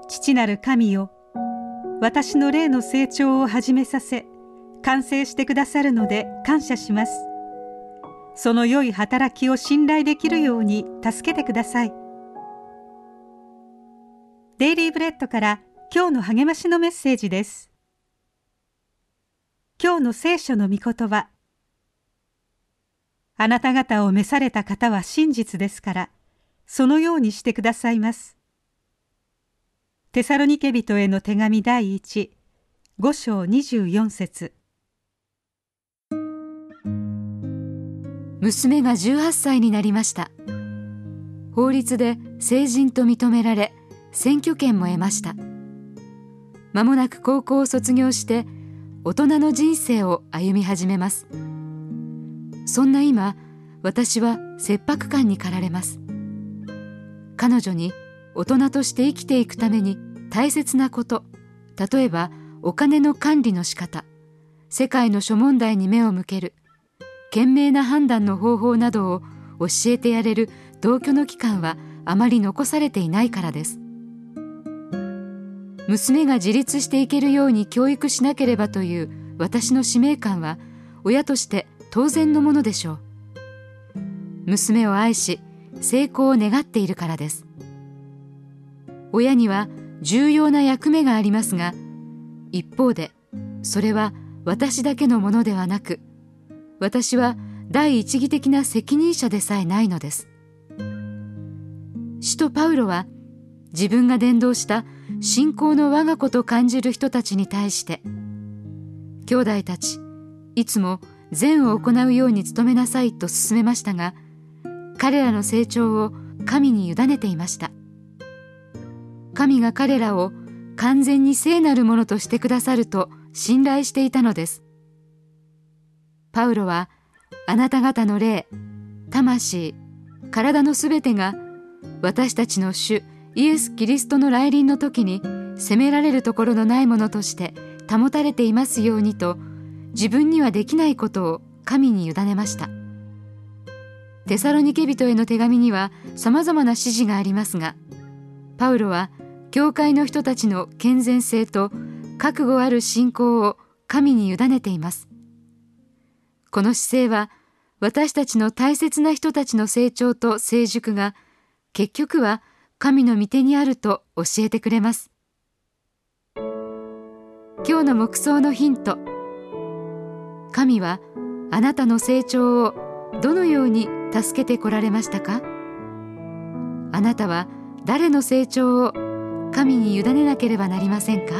父なる神よ、私の霊の成長を始めさせ、完成してくださるので感謝します。その良い働きを信頼できるように助けてください。デイリーブレッドから今日の励ましのメッセージです。今日の聖書の御言葉。あなた方を召された方は真実ですから、そのようにしてくださいます。テサロニケ人への手紙第1、5章24節。 娘が18歳になりました。法律で成人と認められ、選挙権も得ました。まもなく高校を卒業して、大人の人生を歩み始めます。そんな今、私は切迫感に駆られます。彼女に大人として生きていくために大切なこと、例えばお金の管理の仕方、世界の諸問題に目を向ける、賢明な判断の方法などを教えてやれる同居の期間はあまり残されていないからです。娘が自立していけるように教育しなければという私の使命感は親として当然のものでしょう。娘を愛し成功を願っているからです。親には重要な役目がありますが、一方でそれは私だけのものではなく、私は第一義的な責任者でさえないのです。使徒パウロは自分が伝道した信仰の我が子と感じる人たちに対して、兄弟たち、いつも善を行うように努めなさいと勧めましたが、彼らの成長を神に委ねていました。神が彼らを完全に聖なるものとしてくださると信頼していたのです。パウロは、あなた方の霊、魂、体のすべてが私たちの主イエス・キリストの来臨の時に責められるところのないものとして保たれていますようにと、自分にはできないことを神に委ねました。テサロニケ人への手紙にはさまざまな指示がありますが、パウロは教会の人たちの健全性と覚悟ある信仰を神に委ねています。この姿勢は私たちの大切な人たちの成長と成熟が結局は神の御手にあると教えてくれます。今日の黙想のヒント。神はあなたの成長をどのように助けてこられましたか？あなたは誰の成長を神に委ねなければなりませんか？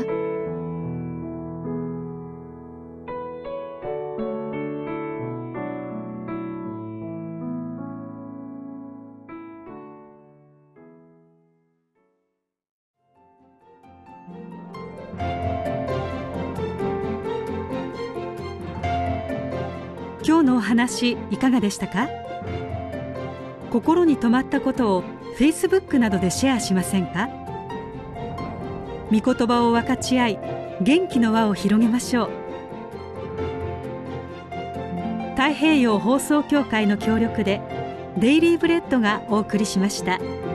今日のお話いかがでしたか？心に留まったことを Facebook などでシェアしませんか？御言葉を分かち合い、元気の輪を広げましょう。太平洋放送協会の協力でデイリーブレッドがお送りしました。